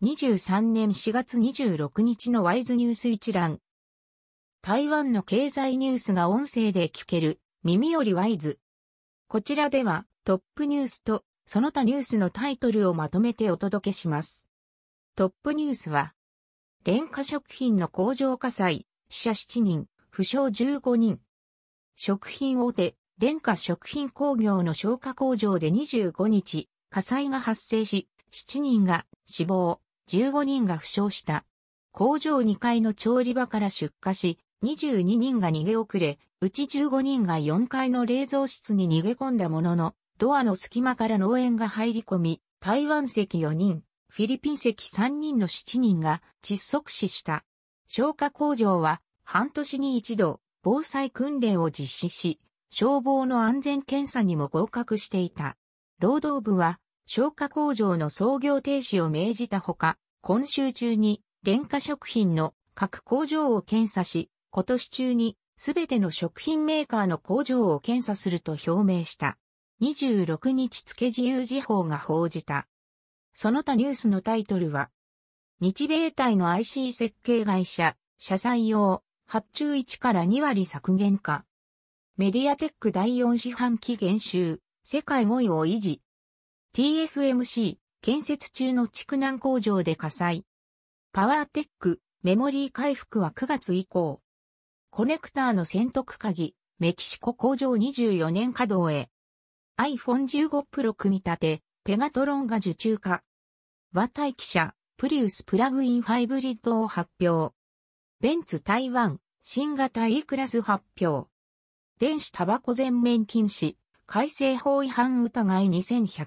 2023年4月26日のワイズニュース一覧。台湾の経済ニュースが音声で聞ける、耳よりワイズ。こちらではトップニュースとその他ニュースのタイトルをまとめてお届けします。トップニュースは、廉価食品の工場火災、死者7人、負傷15人。食品大手、廉価食品工業の消化工場で25日、火災が発生し、7人が死亡、15人が負傷した。工場2階の調理場から出火し、22人が逃げ遅れ、うち15人が4階の冷蔵室に逃げ込んだものの、ドアの隙間から濃煙が入り込み、台湾籍4人、フィリピン籍3人の7人が窒息死した。消化工場は半年に一度、防災訓練を実施し、消防の安全検査にも合格していた。労働部は、消化工場の操業停止を命じたほか、今週中に廉価食品の各工場を検査し、今年中にすべての食品メーカーの工場を検査すると表明した。26日付自由時報が報じた。その他ニュースのタイトルは、日米対の IC 設計会社、社採用、発注1から2割削減か。メディアテック第4四半期減収、世界5位を維持。TSMC、建設中の蓄南工場で火災。パワーテック、メモリー回復は9月以降。コネクターの選択鍵、メキシコ工場24年稼働へ。iPhone 15 Pro 組み立て、ペガトロンが受注化。和大記者、プリウスプラグインハイブリッドを発表。ベンツ台湾、新型 E クラス発表。電子タバコ全面禁止。改正法違反疑い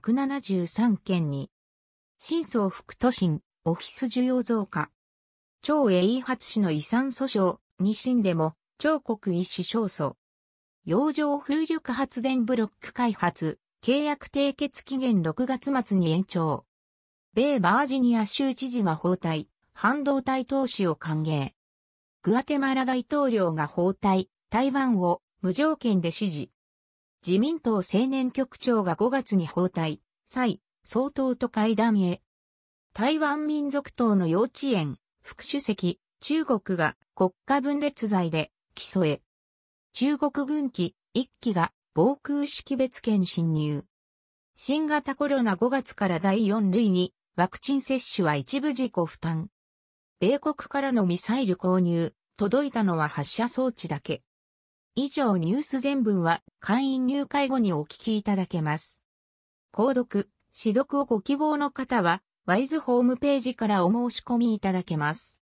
2173件に。新庄副都心、オフィス需要増加。張英発氏の遺産訴訟、二審でも、張国一氏勝訴。洋上風力発電ブロック開発、契約締結期限6月末に延長。米バージニア州知事が訪台、半導体投資を歓迎。グアテマラ大統領が訪台、台湾を無条件で支持。自民党青年局長が5月に訪台、蔡総統と会談へ。台湾民族党の幼稚園、副主席、中国が国家分裂罪で起訴へ。中国軍機1機が防空識別圏侵入。新型コロナ5月から第4類にワクチン接種は一部自己負担。米国からのミサイル購入、届いたのは発射装置だけ。以上ニュース全文は会員入会後にお聞きいただけます。購読、試読をご希望の方は、ワイズホームページからお申し込みいただけます。